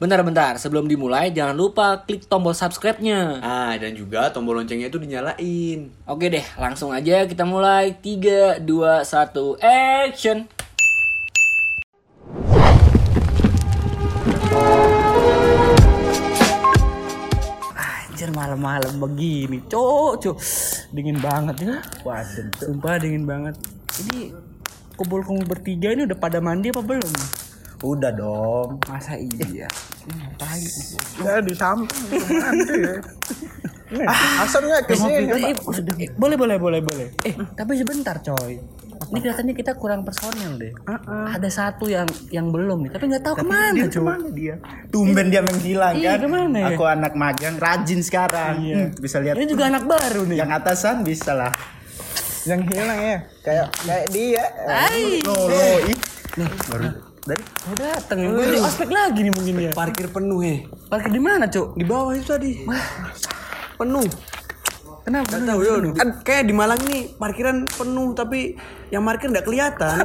Bentar, sebelum dimulai jangan lupa klik tombol subscribe-nya. Dan juga tombol loncengnya itu dinyalain. Oke deh, langsung aja kita mulai. 3, 2, 1, action. Anjir, malam-malam begini, cok. Dingin banget ya. Waduh, Sumpah dingin banget. Ini kumpul-kumpul bertiga ini udah pada mandi apa belum? udah dong. Masa iya? Ngapain? Ya di samping nanti ya. Asalnya kesini. Boleh. Tapi sebentar coy. Ini kelihatannya kita kurang personel deh. Ada satu yang belum nih, tapi nggak tahu kemana dia coy. kemana dia? Tumben dia menghilang Iya, kan? kemana ya? Aku anak magang rajin sekarang. Iya. Bisa lihat. Ini juga anak baru nih. Yang atasan bisa lah. Yang hilang ya. Kayak dia. Loh, ih. Baru dari Udah dateng ya. Gue di ospek lagi nih mungkin ya. Parkir penuh ya. Parkir di mana cok? Di bawah itu tadi. Penuh. Kenapa? Gak tahu ya. Kan kayak di Malang nih parkiran penuh tapi yang parkir nggak kelihatan.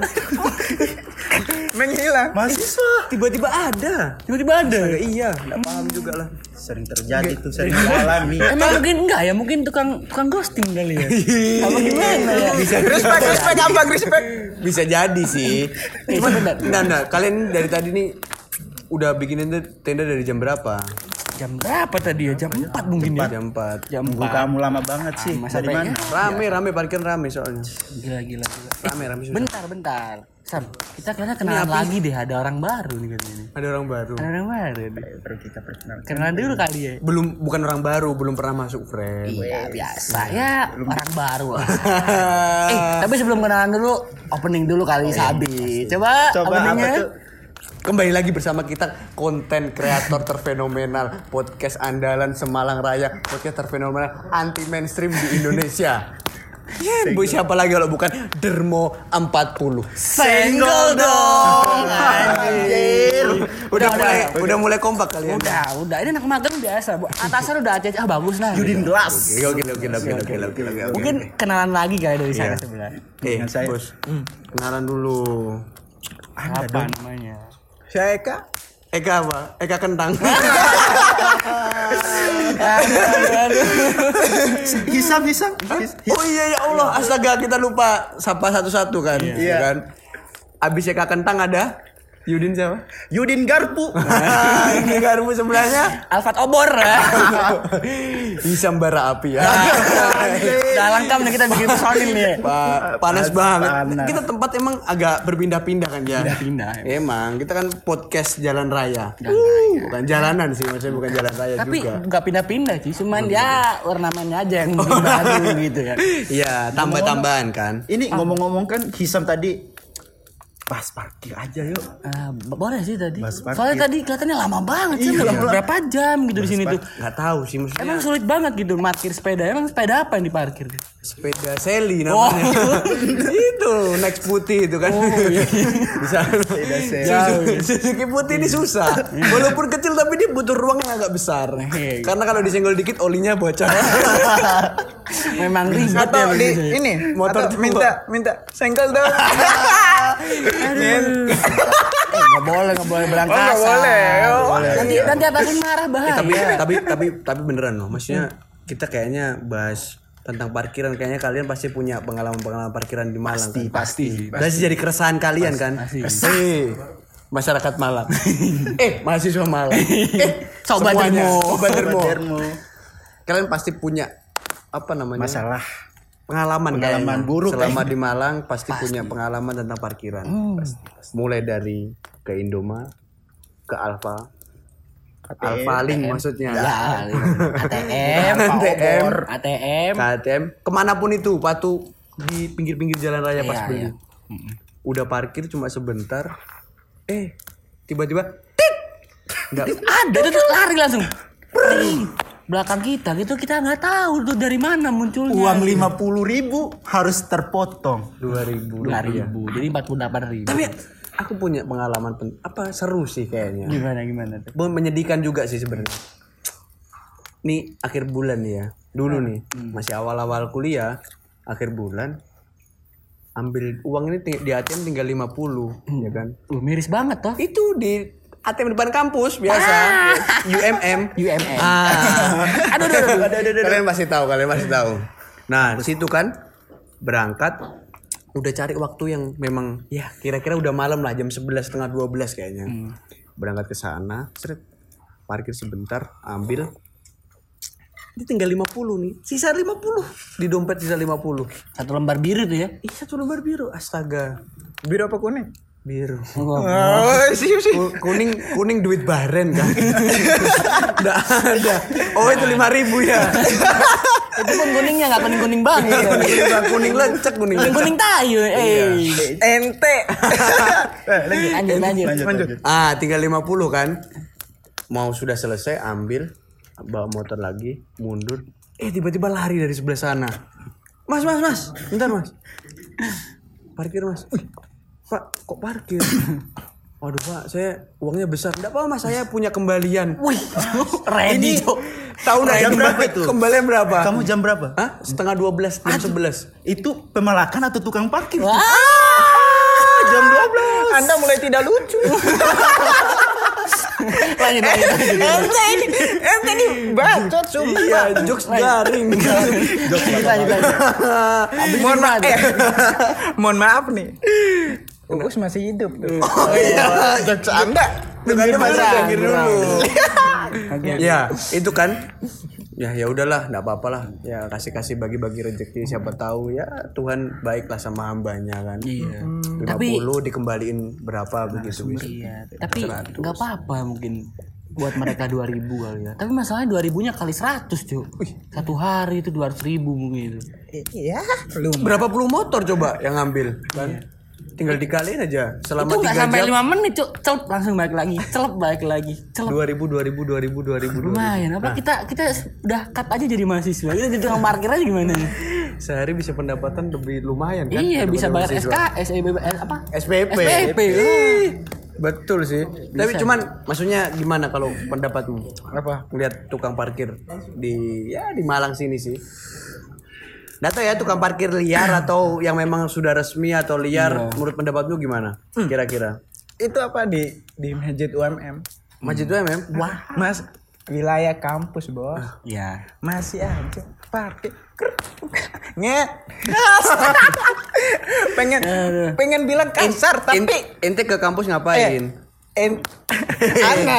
Menghilang. mahasiswa. Tiba-tiba ada. Iya, nggak paham juga lah. Sering terjadi tuh, sering dialami. Emang mungkin enggak ya? Mungkin tukang ghosting kali ya. Apa gimana ya? Respect apa respect? Bisa jadi sih. Cuman Nah, kalian dari tadi nih udah bikinin tenda dari jam berapa? jam berapa tadi ya? Jam 4 mungkin ya. Jam 4. Jam Nunggu 4. kamu lama banget sih. Masa Dari pengen? mana? Rame parkir rame soalnya. Gila. Rame sudah. Bentar. Sam, kita kayaknya kenalan lagi deh. Ada orang baru nih katanya. Ada orang baru. Ada orang baru nih. Perlu kita perkenalkan. Kenalan dulu kali ya. Bukan orang baru, belum pernah masuk, friend. Iya biasa ya, orang baru lah. Tapi sebelum kenalan dulu, opening dulu kali Sabi. Coba apa openingnya. tuh? Kembali lagi bersama kita, konten kreator terfenomenal, podcast andalan Semalang Raya, podcast terfenomenal anti mainstream di Indonesia. Bu siapa lagi kalau bukan Dermo 40. Senggol dong. Anjir. Udah mulai kompak kalian. Udah. Ini anak magang biasa. Atasan udah aceh. Bagus lah. Yudin Gelas. Oke. Mungkin kenalan lagi kali dari sana sebelah. Dengan saya. Bos. Kenalan dulu. Apa namanya? Saya Eka apa? Eka Kentang. Hisam. Oh iya ya Allah, astaga kita lupa sapa satu-satu kan. Iya. Kan? Abis Eka Kentang ada Yudin siapa? Yudin Garpu. Ini garpu sebelahnya Alfat Obor. Hisam bara api ya. Udah lengkap nih kita bikin personil nih. Panas banget. panas. Kita tempat emang agak berpindah-pindah kan ya. Pindah. Emang kita kan podcast jalan raya. Bukan jalanan sih, maksudnya bukan jalan raya Tapi juga. nggak pindah-pindah sih, cuman ya ornamennya aja yang mungkin baru gitu ya. Iya, tambah-tambahan kan. Ini ngomong-ngomong kan Hisam tadi bahas parkir aja yuk. Boleh sih tadi. Bahas parkir. Soalnya tadi kelihatannya lama banget sih, berapa jam gitu di sini tuh. Nggak tahu sih maksudnya. Emang sulit banget gitu parkir sepeda. Emang sepeda apa yang diparkir? Sepeda Sally namanya. Itu next putih itu kan. Bisa. Sepeda Sally. Suzuki putih ini susah. Walaupun kecil tapi dia butuh ruang yang agak besar. Karena kalau disenggol dikit olinya bocor. Memang ribet Atau ya di begitu ya. ini motor minta senggol dong. Nggak boleh berangkasa. Nanti atasin marah bahaya. Tapi beneran loh. Maksudnya kita kayaknya bahas tentang parkiran, kayaknya kalian pasti punya pengalaman parkiran di Malang. Pasti. Pasti jadi keresahan kalian kan. Masyarakat Malang. Mahasiswa Malang. Sobat semuanya. Dermo. Sobat Dermo. Kalian pasti punya apa namanya? Masalah. Pengalaman kayaknya. buruk selama di Malang pasti punya pengalaman tentang parkiran. Pasti. Mulai dari ke Indomaret, ke Alfa Link maksudnya. Ya, ATM, KTM, kemanapun itu, patu di pinggir-pinggir jalan raya pas beli. Udah parkir cuma sebentar, tiba-tiba, nggak ada tuh lari langsung. Belakang kita gitu, kita nggak tahu tuh dari mana munculnya. Uang 50.000 harus terpotong. 2.000. Jadi 48.000. Tapi aku punya pengalaman seru sih kayaknya. Gimana tuh? Menyedihkan juga sih sebenarnya. Nih akhir bulan ya. Dulu nih, masih awal-awal kuliah, akhir bulan ambil uang ini di ATM tinggal 50, ya kan? Miris banget toh. Itu di ATM depan kampus biasa. UMM. UMM. Aduh. Kalian pasti tahu. Nah, situ kan berangkat udah cari waktu yang memang ya kira-kira udah malam lah, jam 11 setengah 12 kayaknya. Berangkat ke sana, parkir sebentar, ambil. Ini tinggal 50 nih. Sisa 50. Di dompet sisa 50. Satu lembar biru tuh ya. Satu lembar biru. Astaga. Biru apa kuning? Biru. Oh, sih. Kuning duit baren kan. Nggak ada. Oh, itu 5.000 ya. Itu pun kuningnya nggak kuning banget. Kuning lecek, kuning lecek. Kuning tayu. Ente. Lanjut. Tinggal 50 kan. Mau sudah selesai ambil, bawa motor lagi, mundur. Tiba-tiba lari dari sebelah sana. Mas. Bentar, Mas. Parkir, Mas. Pak, kok parkir? Waduh, Pak, saya uangnya besar. Enggak apa-apa, Mas, saya punya kembalian. Wih, ready Cok. Tahu enggak Jam berapa itu? Kembalian berapa? Kamu jam berapa? Hah? Setengah 12, jam 11. Itu pemalakan atau tukang parkir? Wah. Jam 12. Anda mulai tidak lucu. Lanjut. Ente ini bacot sumpah. Iya, jokes garing. Lanjut. Mohon maaf nih. Uus masih hidup tuh. Oh iya, jokes Anda. Dengarnya masih dengar dulu. Ya, itu kan. Ya udahlah, enggak apa-apalah. Ya kasih bagi-bagi rezeki, siapa tahu ya Tuhan baiklah sama hambanya kan. Iya. 50 dikembaliin berapa begitu. Iya. Tapi nggak apa-apa mungkin buat mereka 2.000 kali ya. Tapi masalahnya 2.000-nya kali 100 cuy. Satu hari itu 200.000 mungkin itu. Iya, belum. Berapa puluh motor coba yang ngambil kan? Tinggal dikaliin aja selama Itu nggak 3 sampai jam. 5 menit cuy. Celep langsung balik lagi. Celep. 2000. Lumayan. Apa kita udah cut aja jadi mahasiswa. Kita jadi tukang parkir aja gimana nih? Sehari bisa pendapatan lebih lumayan kan? Iya, bisa bayar mahasiswa. SKS, apa? SPP. SPP. Betul sih. Tapi cuman maksudnya gimana kalau pendapatmu? Apa? Ngeliat tukang parkir di Malang sini sih. Nggak tahu ya tukang parkir liar atau yang memang sudah resmi atau liar. Menurut pendapatmu gimana? Kira-kira? Itu apa di Masjid UMM? Masjid UMM? Wah, Mas, wilayah kampus, Bos. Iya. Masih aja parkir. Nget. pengen bilang kasar tapi Ente ke kampus ngapain? Ana.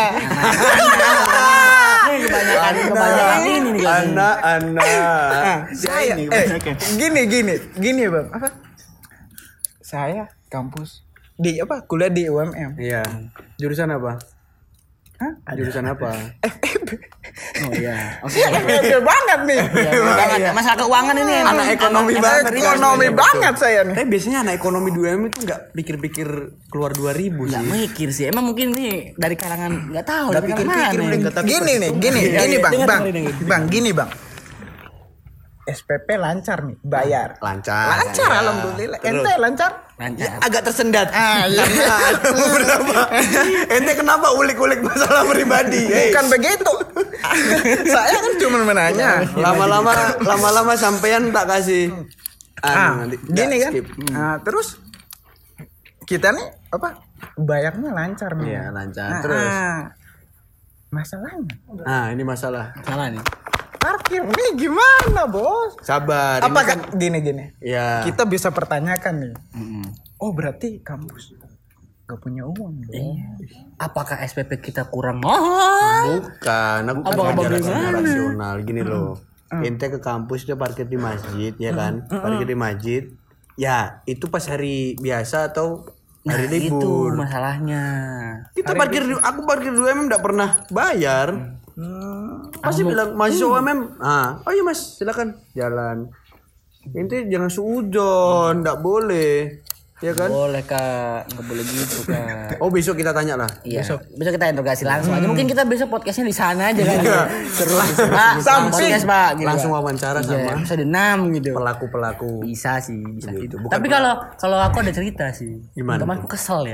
Kebanyakan ini nih. Anak. Saya gini Bang. Apa? Saya kampus di apa? Kuliah di UMM. Iya. Jurusan apa? Hah? Jurusan apa? Oh iya. Beda banget nih. Masalah keuangan ini Anak ekonomi banget. Ekonomi banget saya nih. Tapi biasanya anak ekonomi 2M itu nggak pikir-pikir keluar 2.000 sih. Nggak mikir sih. Emang mungkin nih dari kalangan nggak tahu Nggak dari kalangan pikir-pikir, mana. Gini Bang. Dengar. Bang, gini Bang. SPP lancar nih, bayar. Lancar. Alhamdulillah. Ente lancar? Lancar. Agak tersendat. Iya. Berapa? Ente kenapa ulik-ulik masalah pribadi? Bukan begitu. Saya kan cuma menanya. Lama-lama sampean tak kasih. Gini kan. Skip. Terus kita nih apa? Bayarnya lancar nih. Iya, lancar. Terus. Masalahnya. Ini masalah. Salah nih. Parkir ini gimana, Bos? Sabar. Apa ini kan gini? Ya. Kita bisa pertanyakan nih. Oh, berarti kampus gak punya uang dong. Apakah SPP kita kurang mahal? Bukan, aku kan Abang-abang bicara secara gimana? rasional gini loh. Ente ke kampus dia parkir di masjid ya kan? Parkir di masjid. Ya, itu pas hari biasa atau hari Itu libur. masalahnya. Aku parkir di UMM enggak pernah bayar. Pasti bilang mahasiswa UMM. Oh iya Mas, silakan jalan. Ente jangan suudzon, enggak boleh. Ya kan? Boleh Kak, nggak boleh gitu Kak. Oh, besok kita tanya lah. Iya. Besok kita interogasi langsung aja. Mungkin kita besok podcastnya di sana aja kan. Terus Samping. podcast Pak. Gitu, Langsung Pak. wawancara Iya, sama episode 6 gitu. pelaku-pelaku. Bisa sih, bisa Gitu. gitu. Bukan Tapi kalau aku ada cerita sih. Gimana Temanku kesel ya.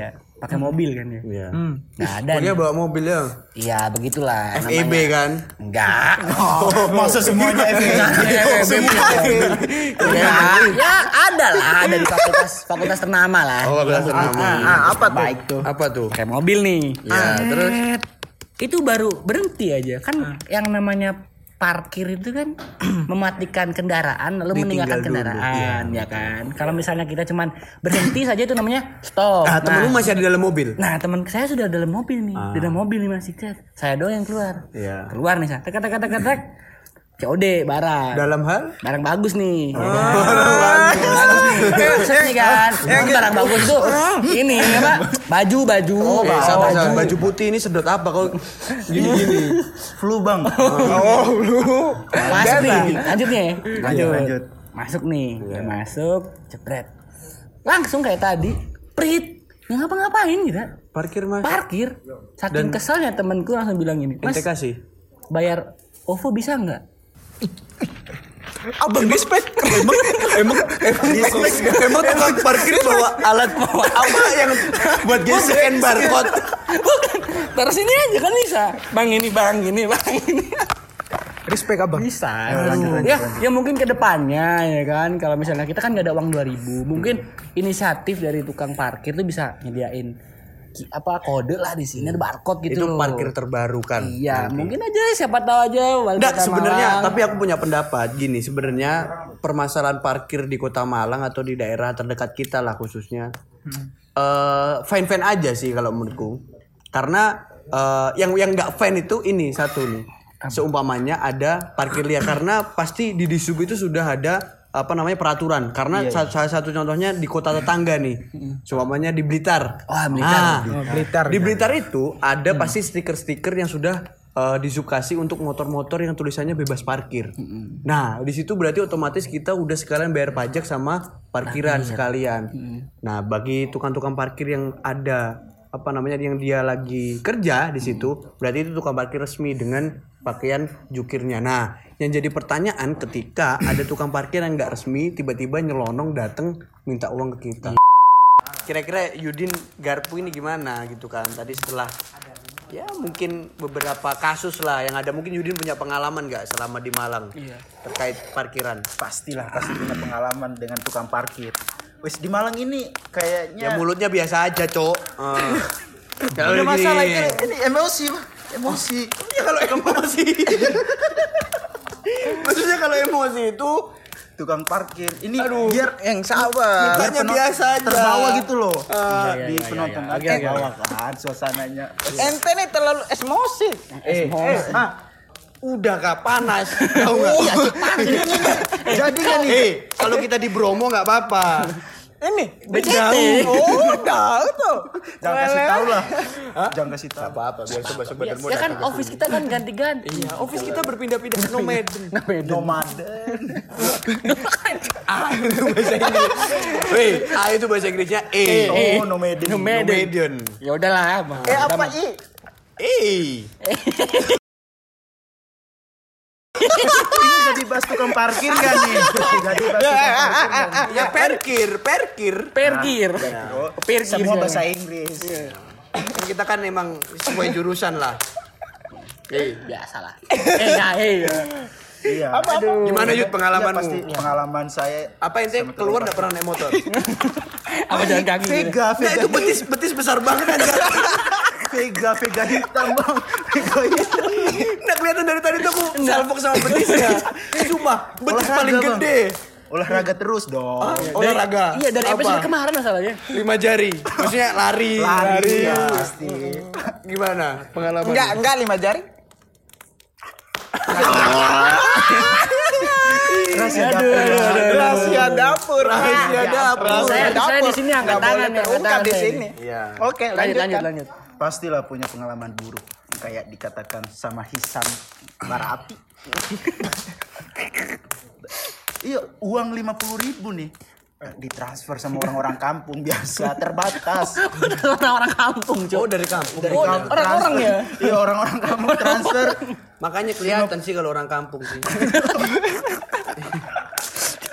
pakai mobil kan ya. Iya. Nggak ada. Pokoknya bawa mobil ya. Iya begitulah. FEB namanya. kan. Enggak. Masa semuanya Ya ada lah, ada di fakultas ternama lah. Oh, fakultas ternama. apa tuh? Baik tuh. Apa tuh? Pakai mobil nih. Ya, terus Itu baru berhenti aja kan yang namanya parkir itu kan mematikan kendaraan lalu meninggalkan kendaraan ya kan. Kalau misalnya kita cuman berhenti saja itu namanya stop. ah, temen lu masih ada dalam mobil. Nah teman saya sudah dalam mobil nih, di dalam mobil nih masih saya doang yang keluar. Iya. Keluar nih saya, tek. COD barang. Dalam hal Barang bagus nih. Bagus nih. Buset nih kan. Barang bagus tuh. Ini apa? Baju. sabar. Baju putih ini sedot apa kok gini-gini? Flu bang. Masuk nih. Lanjut nih. Lanjut. Masuk nih. Udah masuk, jepret. Langsung kayak tadi, prit. Nggak ngapa-ngapain gitu. Parkir. Saking keselnya temanku langsung bilang gini, "Mas, Ente kasih. bayar OVO bisa nggak?" Abang respect. Emang tukang parkir bawa alat apa yang buat gesekin barcode. Bukan. Taruh sini aja kan bisa. Bang ini. Respect abang. Bisa. Ya mungkin ke depannya ya kan. Kalau misalnya kita kan nggak ada uang 2.000, mungkin inisiatif dari tukang parkir tuh bisa nyediain kode lah di sini ada barcode gitu. Itu loh. parkir terbarukan. Iya, mungkin aja siapa tahu aja wali Enggak, kota sebenarnya Malang. tapi aku punya pendapat gini, sebenarnya permasalahan parkir di Kota Malang atau di daerah terdekat kita lah khususnya fine-fine aja sih kalau menurutku. Karena yang enggak fine itu ini satu nih. Seumpamanya ada parkir liar karena pasti di Dishub itu sudah ada peraturan karena salah satu contohnya di kota tetangga nih, seumpamanya di Blitar. Blitar. Di Blitar itu ada pasti stiker-stiker yang sudah disubkasi untuk motor-motor yang tulisannya bebas parkir. Nah, di situ berarti otomatis kita udah sekalian bayar pajak sama parkiran sekalian. Nah, bagi tukang-tukang parkir yang ada yang dia lagi kerja di situ, berarti itu tukang parkir resmi dengan pakaian jukirnya. Nah, yang jadi pertanyaan ketika ada tukang parkir yang nggak resmi tiba-tiba nyelonong dateng minta uang ke kita. Kira-kira Yudin Garpu ini gimana gitu kan? Tadi setelah ya mungkin beberapa kasus lah yang ada, mungkin Yudin punya pengalaman nggak selama di Malang terkait parkiran? Pasti punya pengalaman dengan tukang parkir. Wes di Malang ini kayaknya. Ya mulutnya biasa aja, Cok. Kalau Ada masalah gini. ini emosi. Ya kalau emosi. Maksudnya kalau emosi itu tukang parkir ini Aduh. biar yang sabar. mintanya biasa aja. Terbawa gitu loh. Di Iya, penonton iya. terbawa kan suasananya. Ente nih terlalu emosi. Udah gak panas. Tahu enggak? Jadi kan nih. Kalau kita di Bromo enggak apa-apa. Ini Jauh. Oh, udah tuh. Jangan kasih tahu lah. Jangan kasih tahu. Apa-apa biar coba-coba dan Ya kan office kita kan ganti-ganti. Iya, office kita berpindah-pindah nomaden. Nomaden. Itu bahasa Inggris. Weh, itu bahasa Inggrisnya Oh, nomaden. Nomaden. Ya udahlah, Bang. Apa i? Ini jadi bahas tukang parkir kan nih? Jadi bahas tukang parkir kan? Ya perkir. Pergir. Semua bahasa Inggris. Kita kan emang sesuai jurusan lah. Biasalah. Iya. Gimana Yud pengalamanmu? Pasti pengalaman saya. Apa ente keluar enggak pernah naik motor? Apa jalan kaki? Vega Nah, itu betis besar banget kan. Vega hitam bang. Vega hitam. Nggak kelihatan dari tadi tuh aku salfok sama betisnya. Sumpah, betis Olahraga, paling Bang. gede. Olahraga terus dong. Olahraga. Iya, dari Apa? episode kemarin masalahnya. 5 jari. Maksudnya lari. Ya, pasti. Gimana pengalaman? enggak 5 jari. Rahasia dapur. Saya di sini angkat tangan ya, Ungkap di sini. Iya. Oke, Lanjut. Pastilah punya pengalaman buruk. Kayak dikatakan sama Hisam bara api. Iya, uang 50.000 nih. Ditransfer sama orang-orang kampung biasa, terbatas. Orang-orang kampung, Oh, Cok. dari kampung. Orang-orang ya. Iya, orang-orang kampung transfer. Makanya kelihatan sih kalau orang kampung sih.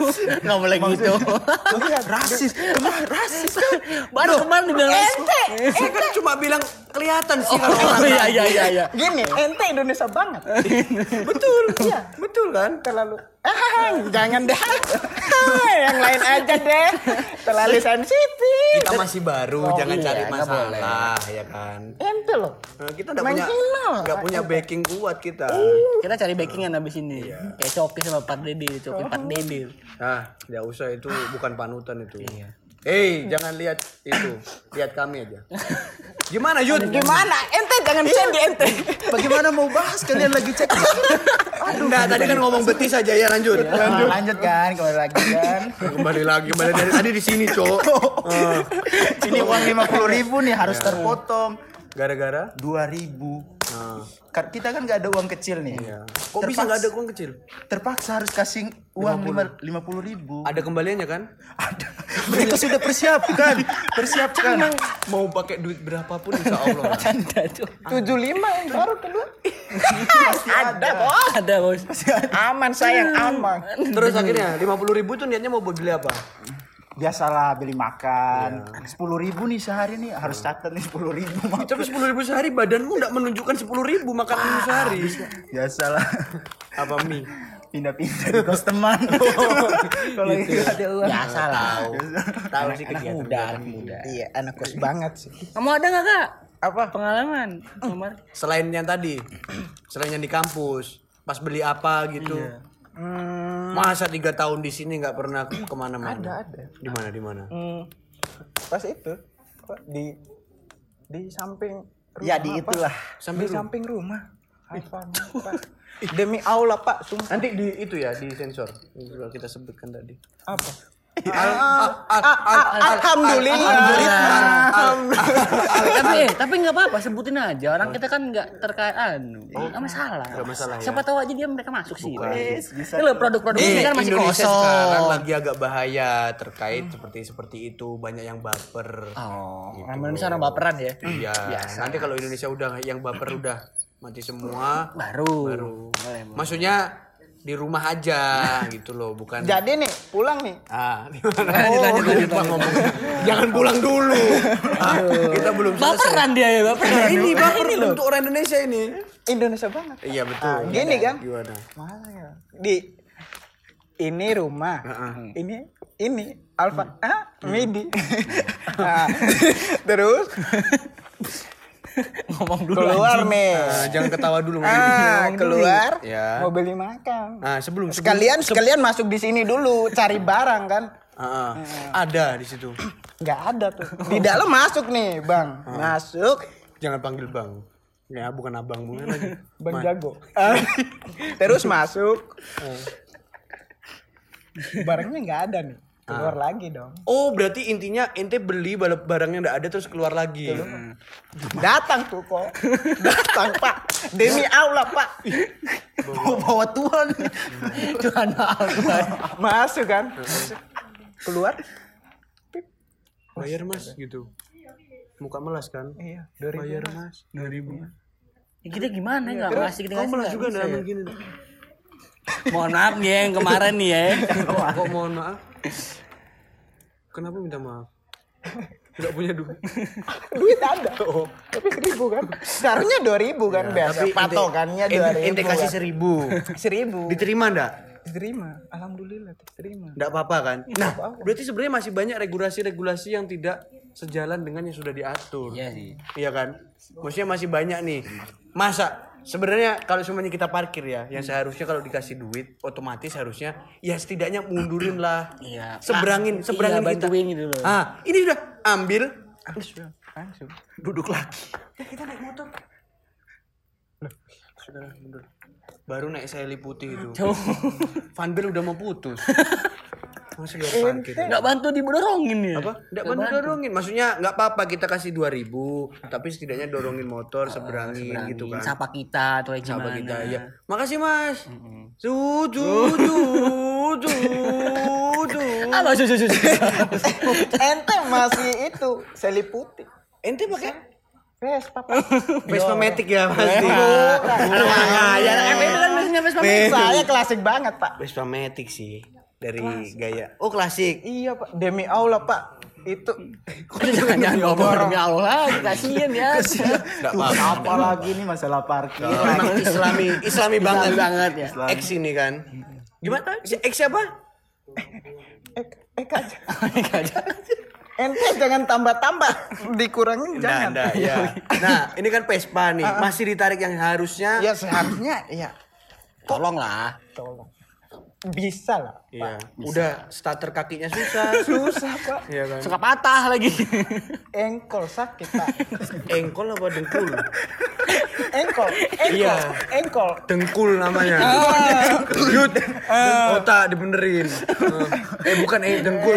Enggak boleh gitu. Lihat rasis. Rasis kan. Baru kemarin dibilang Ente. Saya kan cuma bilang kelihatan sih kalau Oh orang. iya. Gini, ente Indonesia banget. Betul. Iya, betul kan? Terlalu jangan deh. Yang lain aja deh. Terlalu sensitif. Kita masih baru, jangan iya, cari nggak masalah, ya kan? Ente loh. Nah, kita nggak punya backing kuat kita. Kita cari backingan abis ini. Kayak Coki sama Pak Dede, Coki Pak Dede. Ah, nggak usah, itu bukan panutan itu. Jangan lihat itu, lihat kami aja. Gimana Yud? Gimana? Ente jangan di ente. Bagaimana mau bahas kalian lagi cek? Enggak, tadi kan ngomong betis aja ya, lanjut. Lanjut kan, kembali lagi kan. Kembali dari tadi di sini, Cok. Sini uang 50.000 nih harus terpotong. Gara-gara? 2.000. Kita kan gak ada uang kecil nih. Kok bisa nggak ada uang kecil? Terpaksa harus kasih uang 50.000. Ada kembaliannya kan? Ada. Mereka sudah persiapkan. Mau pakai duit berapapun insya Allah. Canda tuh. 75 yang baru kedua. Ada, Bos. Ada bos. Aman sayang, aman. Terus akhirnya 50.000 tuh niatnya mau beli apa? Biasalah beli makan. 10.000 nih sehari nih harus catat nih 10.000. Tapi 10.000 sehari badanmu nggak menunjukkan 10.000 makan mie sehari. Biasalah. Apa mie? Pindah-pindah di kos teman. Kalau Gitu. itu ada uang. Biasa lah. Tahu sih Anak kegiatan muda, anak muda. Iya, anak kos banget sih. Kamu ada nggak kak? Apa? Pengalaman kemarin? Selain yang tadi, selain yang di kampus, pas beli apa gitu. Masa 3 tahun di sini nggak pernah kemana-mana? Ada. Di mana? Pas itu di samping rumah. Ya di itulah. Di samping rumah. Alfamart. Demi Allah Pak, sumpah. Nanti di itu ya, di sensor. Yang kita sebutkan tadi. Apa? Tapi nggak apa-apa, sebutin aja. Orang kita kan nggak terkait nggak masalah. Nggak masalah ya. Siapa tahu aja dia mereka masuk sih. Bisa. Ini loh produk-produk ini kan masih Indonesia kosong. sekarang lagi agak bahaya terkait seperti itu, banyak yang baper. Oh, orang Indonesia orang baperan ya. Iya. Nanti kalau Indonesia udah yang baper udah mati semua, Baru. maksudnya di rumah aja gitu loh, bukan. Jadi nih, pulang nih. Lanjut ngomong. Jangan pulang dulu. Kita belum selesai. Baperan dia ya, baperan. Ini baper untuk orang Indonesia ini. Indonesia banget. Iya betul. Gini kan? Gimana? Mana ya? Ini rumah. Ini Alfa. Midi. Nah, terus Ngomong dulu. keluar nih. Jangan ketawa dulu. Keluar. Ya. Mau beli makan. Sebelum Sekalian masuk di sini dulu cari barang kan. ada di situ. Nggak ada tuh. Di dalam masuk nih, Bang. Masuk. Jangan panggil Bang. Ya, bukan abang mungkin lagi. Bang Jago. Terus masuk. Barangnya nggak ada nih. Keluar lagi dong. Oh, berarti intinya ente beli barangnya nggak ada terus keluar lagi. Datang tuh kok. Datang, Pak. Demi Allah, Pak. Bawa Tuhan. Tuhan Allah. Masuk kan. Keluar. Bayar Mas gitu. Muka melas kan? Iya, Bayar Mas 2.000. Ya, kita gimana nggak ngasih kita Kamu ngasih melas nggak juga bisa nggak ya? gini. Mohon maaf nih ya yang kemarin nih ya. Kok mohon maaf? Kenapa minta maaf? Tidak punya duit. Duit ada. Tapi 1.000 kan. Seharusnya 2.000 kan biasa. Patokannya 2.000. Ente kasih 1.000. 1.000. Diterima enggak? Diterima. Alhamdulillah diterima. Enggak apa-apa kan? Nah, berarti sebenarnya masih banyak regulasi-regulasi yang tidak sejalan dengan yang sudah diatur. Iya sih. Iya kan? Maksudnya masih banyak nih. Masa sebenarnya kalau semuanya kita parkir ya, yang seharusnya kalau dikasih duit otomatis harusnya ya setidaknya mundurin lah. Iya. Seberangin Iya, kita. bantuin gitu loh. Ini sudah ambil Langsung. duduk lagi. Ya kita naik motor. Sudah mundur. Baru naik Sally putih itu. Vanbil udah mau putus. Masih biar parkir. Nggak bantu didorongin ya? Apa? Nggak bantu dorongin. Maksudnya nggak apa-apa kita kasih 2.000, tapi setidaknya dorongin motor seberangin gitu kan. Sapa kita atau Sapa gimana? kita ya. Makasih Mas. Apa susu? Ente masih itu Sally putih. Ente pakai Vespa. Vespa Matic ya pasti. Ya, itu kan biasanya Vespa Matic. Saya klasik banget, Pak. Vespa Matic sih. dari gaya. Oh klasik. Iya Pak, demi Allah Pak. Itu Jangan ngomong demi Allah, kasihan ya. Enggak apa lagi nih masalah parkir. Memang Islami banget. banget ya. X ini kan. Gimana? Si X siapa? aja. Ente jangan tambah-tambah, dikurangin jangan. Nah, ya. Nah, ini kan Vespa nih, masih ditarik yang harusnya. Ya seharusnya ya Tolonglah. tolong. Bisa lah. Iya. Udah starter kakinya susah. Susah Pak. Iya kan. Suka patah lagi. Engkol sakit Pak. Engkol apa dengkul? Iya. Engkol. Dengkul namanya. Yud. Otak dibenerin. Bukan dengkul.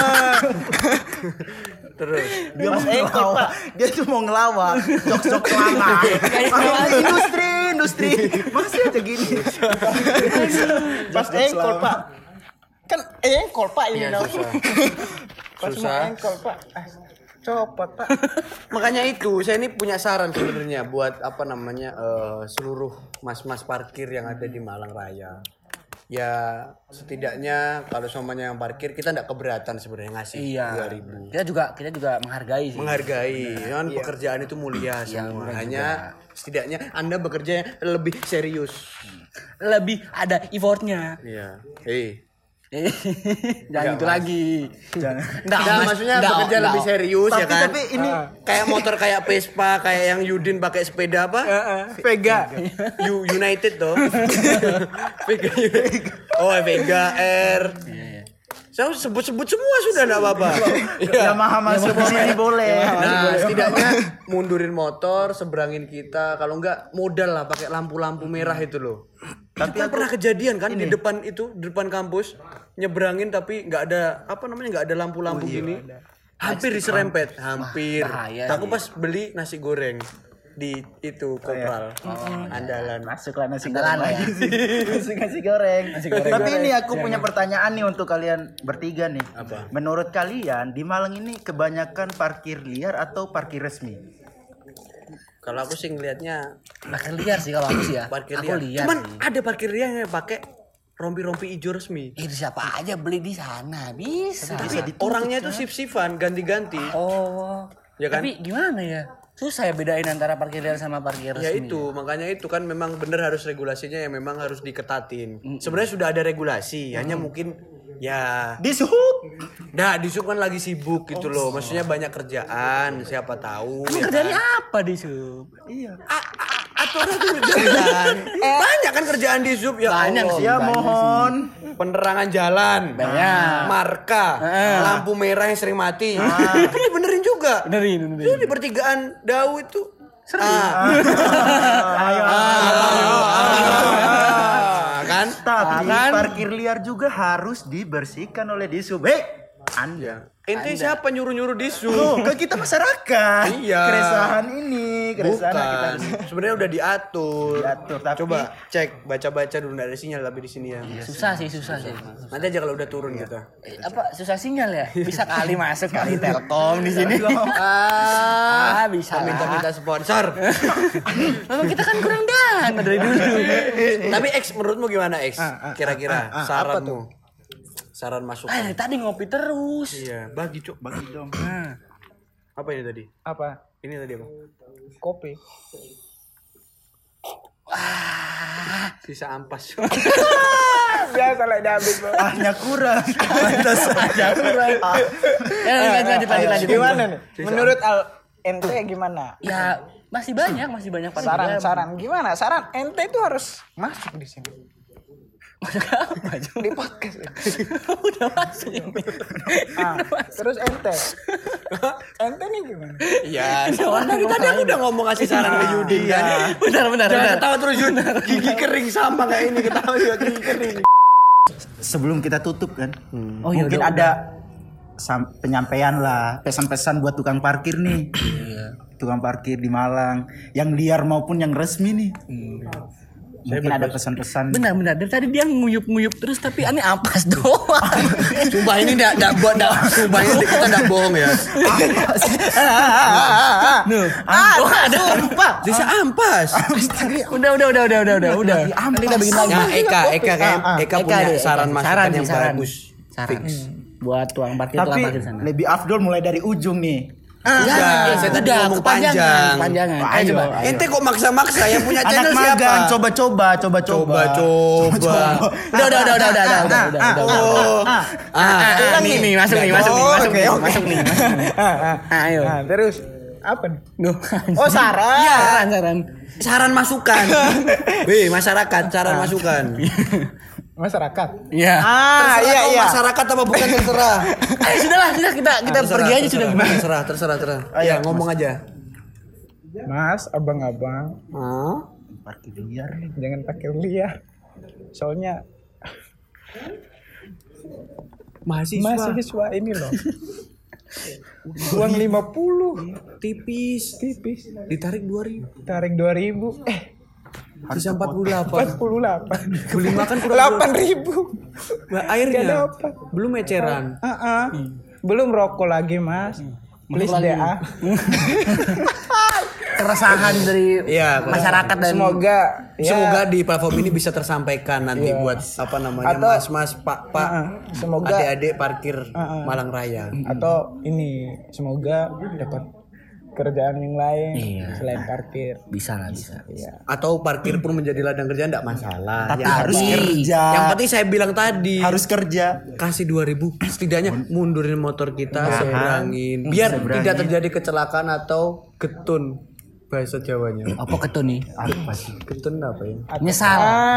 Terus. Dia mau ngelawak. Dia tuh mau ngelawak. Jok-jok lama. Industri. Masih aja gini. Pas engkol Pak. Kan engkol Pak ini. Iya, susah. Pas mau engkol Pak. Copot Pak. Makanya itu saya ini punya saran sebenarnya buat seluruh mas-mas parkir yang ada di Malang Raya. Ya setidaknya kalau semuanya yang parkir kita enggak keberatan sebenarnya ngasih 2.000. Kita juga menghargai sih. Menghargai. Kan pekerjaan itu mulia semua. Hanya setidaknya Anda bekerja lebih serius. Lebih ada effortnya. Iya. Jangan itu lagi. Enggak, maksudnya bekerja lebih serius ya kan. Tapi ini Kayak motor kayak Vespa, kayak yang Yudin pakai sepeda apa? Vega. United tuh. Vega. Oh, Vega R. Saya sebut-sebut semua sudah enggak apa-apa. Yamaha masuk sini boleh. Nah, setidaknya mundurin motor, seberangin kita. Kalau enggak modal lah pakai lampu-lampu merah itu loh. Tapi kan pernah kejadian kan di depan kampus nyebrangin tapi nggak ada nggak ada lampu-lampu gini. Hampir diserempet, hampir. Aku pas beli nasi goreng di itu Kopral. Andalan. Masuklah nasi Andalan goreng. Nasi goreng. Tapi ini aku punya pertanyaan nih untuk kalian bertiga nih. Apa? Menurut kalian di Malang ini kebanyakan parkir liar atau parkir resmi? Kalau aku sih ngelihatnya Parkir liar sih kalau aku sih ya. parkir Aku liar. liar Cuman sih. ada parkir liar yang pakai rompi-rompi hijau resmi. Itu siapa aja beli di sana bisa. Orangnya tuh sip-sipan ganti-ganti. Oh. Ya kan? Tapi gimana ya? Susah ya bedain antara parkir liar sama parkir resmi. Ya itu, makanya itu kan memang bener harus regulasinya yang memang harus diketatin. Sebenarnya sudah ada regulasi, hanya mungkin ya Dishub. nah disub kan lagi sibuk gitu loh. Maksudnya banyak kerjaan, siapa tahu. Emang ya kerjanya kan? apa di sub? Iya. Aturan itu kerjaan. Banyak kan kerjaan di sub ya. Banyak Allah. sih. Ya Banyak mohon. Penerangan jalan, Banyak. marka, lampu merah yang sering mati. Itu dibenerin juga. Benerin. Itu di pertigaan Dau itu sering. Kan? Tapi parkir liar juga harus dibersihkan oleh Dishub. Anda. Ente siapa nyuruh-nyuruh disub? Tuh, kan kita masyarakat. Iya. Keresahan ini, keresahan kita Bukan. Sebenarnya udah diatur. diatur. Tapi Coba cek, baca-baca dulu, nggak ada sinyal tapi di sini ya. Susah sih. Nanti aja kalau udah turun kita. Apa susah sinyal ya? Bisa kali masuk kali Telkom di sini. Bisa. Minta sponsor. Memang kita kan kurang dana dari dulu. Tapi X menurutmu gimana X? Kira-kira saranmu? Saran masukan. Dari tadi ngopi terus. Iya, bagi dong. Apa ini tadi? apa? Ini tadi apa? Kopi. Sisa ampas. Biasa lah habis. Ahnya kurang. Lanjut. Gimana nih? Menurut ente gimana? Ya masih banyak parkir liar. Saran gimana? Saran ente itu harus masuk di sini. Apa aja? Di podcast. Udah masuk ini. Terus ente. Ente nih gimana? Iya, dari tadi aku udah ngomong kasih saran ke Yudi kan. Benar. Jangan ketawa terus Yudi. Gigi kering sama kayak ini, ketawa juga gigi kering. Sebelum kita tutup kan, Oh, iya, mungkin udah. ada penyampaian lah, pesan-pesan buat tukang parkir nih. Tukang parkir di Malang, yang liar maupun yang resmi nih. Mungkin ada pesan-pesan. Benar. Dari tadi dia nguyup terus tapi aneh ampas doang. Sumpah ini enggak buat sumpah ini kita enggak bohong ya. Sumpah. Bisa ampas. Udah. Nanti kita bikin lagi. Ya Eka punya saran masukan yang bagus. Saran. Buat tuang parkir Tapi sana. lebih afdol mulai dari ujung nih. Saya tadi ngomong panjang. Ayo coba. Ente kok maksa-maksa yang punya channel Anak siapa? magang, coba. Udah. Nih, masuk nih. Ayo. Nah, terus apa nih? Duh. Oh, saran. Iya, saran. Saran masukan. Masyarakat saran masukan. Masyarakat. Iya. Iya. Masyarakat apa bukan terserah. Ayo sudah kita pergi aja sudah. Terserah. Ya, ngomong aja. Mas, abang-abang, Parkir liar nih, jangan parkir liar. Soalnya mahasiswa ini loh. Uang 50 tipis. Ditarik 2.000. tarik 2.000. Sisa 48. 48. Beli makan kurang 8.000. Nah, airnya Gak dapat. belum eceran. Belum rokok lagi, Mas. Please lagi. DA. Keresahan dari masyarakat dan Semoga di platform ini bisa tersampaikan nanti buat Atau- mas-mas, pak, semoga adik-adik parkir Malang Raya. atau ini semoga dapat kerjaan yang lain selain parkir. bisa. Iya. Atau parkir pun menjadi ladang kerja enggak masalah. Tapi Yang harus penting- kerja. Yang penting saya bilang tadi Harus kerja. kasih 2.000 setidaknya mundurin motor kita seberangin biar tidak terjadi kecelakaan atau getun bahasa Jawanya. Apa ketun nih? Getun apa ya? Nyesal.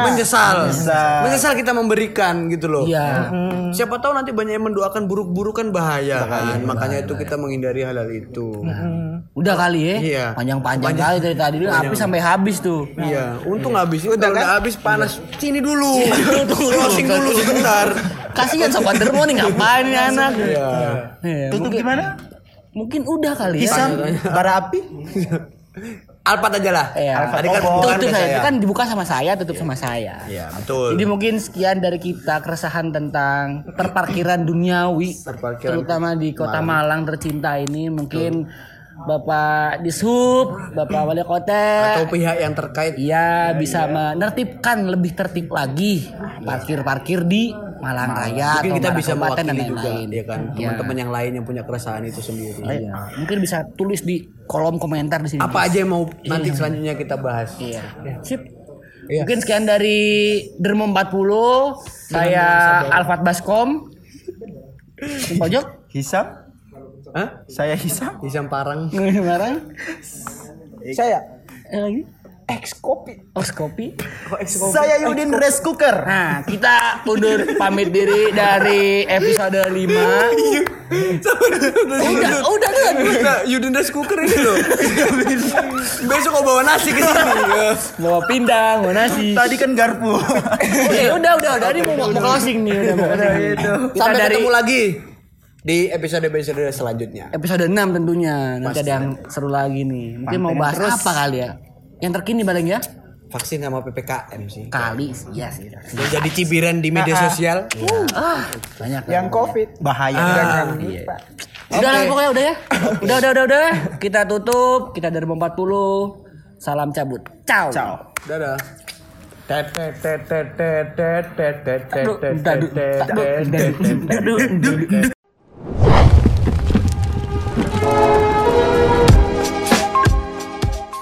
Menyesal kita memberikan gitu loh. Iya. Siapa tahu nanti banyak yang mendoakan buruk-buruk kan bahaya kan. Makanya itu kita menghindari hal-hal itu. Udah kali ya. Iya. Panjang kali dari tadi api sampai habis tuh. Iya, untung habis. Udah habis panas. Sini dulu. Closing dulu sebentar. Kasihan sobat dermo nih ngapain nih anak. Iya. Tutup gimana? Mungkin udah kali ya. Hisam bara api. Alphard aja lah. Iya. Tadi kan Tutup bukan ke saya. saya. Itu kan dibuka sama saya, tutup sama saya. Iya, betul. Jadi mungkin sekian dari kita keresahan tentang perparkiran duniawi, terutama di Kota Malang tercinta ini. Mungkin Bapak Dishub, Bapak Wali Kota, atau pihak yang terkait bisa menertibkan lebih tertib lagi parkir di Malang Raya mungkin atau kita Malang bisa Kabupaten dan mewakili juga lain-lain. ya kan teman-teman yang lain yang punya keresahan itu sendiri. Iya. Mungkin bisa tulis di kolom komentar di sini. Apa aja yang mau nanti selanjutnya kita bahas. Iya. Sip. Mungkin sekian dari Dermo 40. Saya Alphard Baskom. Di pojok. Hisam. Hah? Saya Hisam. Hisam Parang. Barang. Saya Lagi. X kopi. Kopi. Saya Yudin rice cooker. Nah, kita undur pamit diri dari episode 5. Udah. Nah, Yudin rice cooker ini loh. Besok kau bawa nasi ke sini. Bawa pindang, bawa nasi. Tadi kan garpu. Udah. Ini mau closing nih. Sampai ketemu lagi di episode selanjutnya. Episode 6 tentunya. Nanti ada yang seru lagi nih. Mungkin mau bahas apa kali ya? Yang terkini paling ya? Vaksin sama PPKM sih. Kali, iya sih. Yang jadi cibiran di media sosial. Banyak. Yang COVID bahaya. Jangan lupa. Udah lah pokoknya udah ya. Udah. Kita tutup. Kita dari 40. Salam cabut. Ciao. Dadah. Aduh.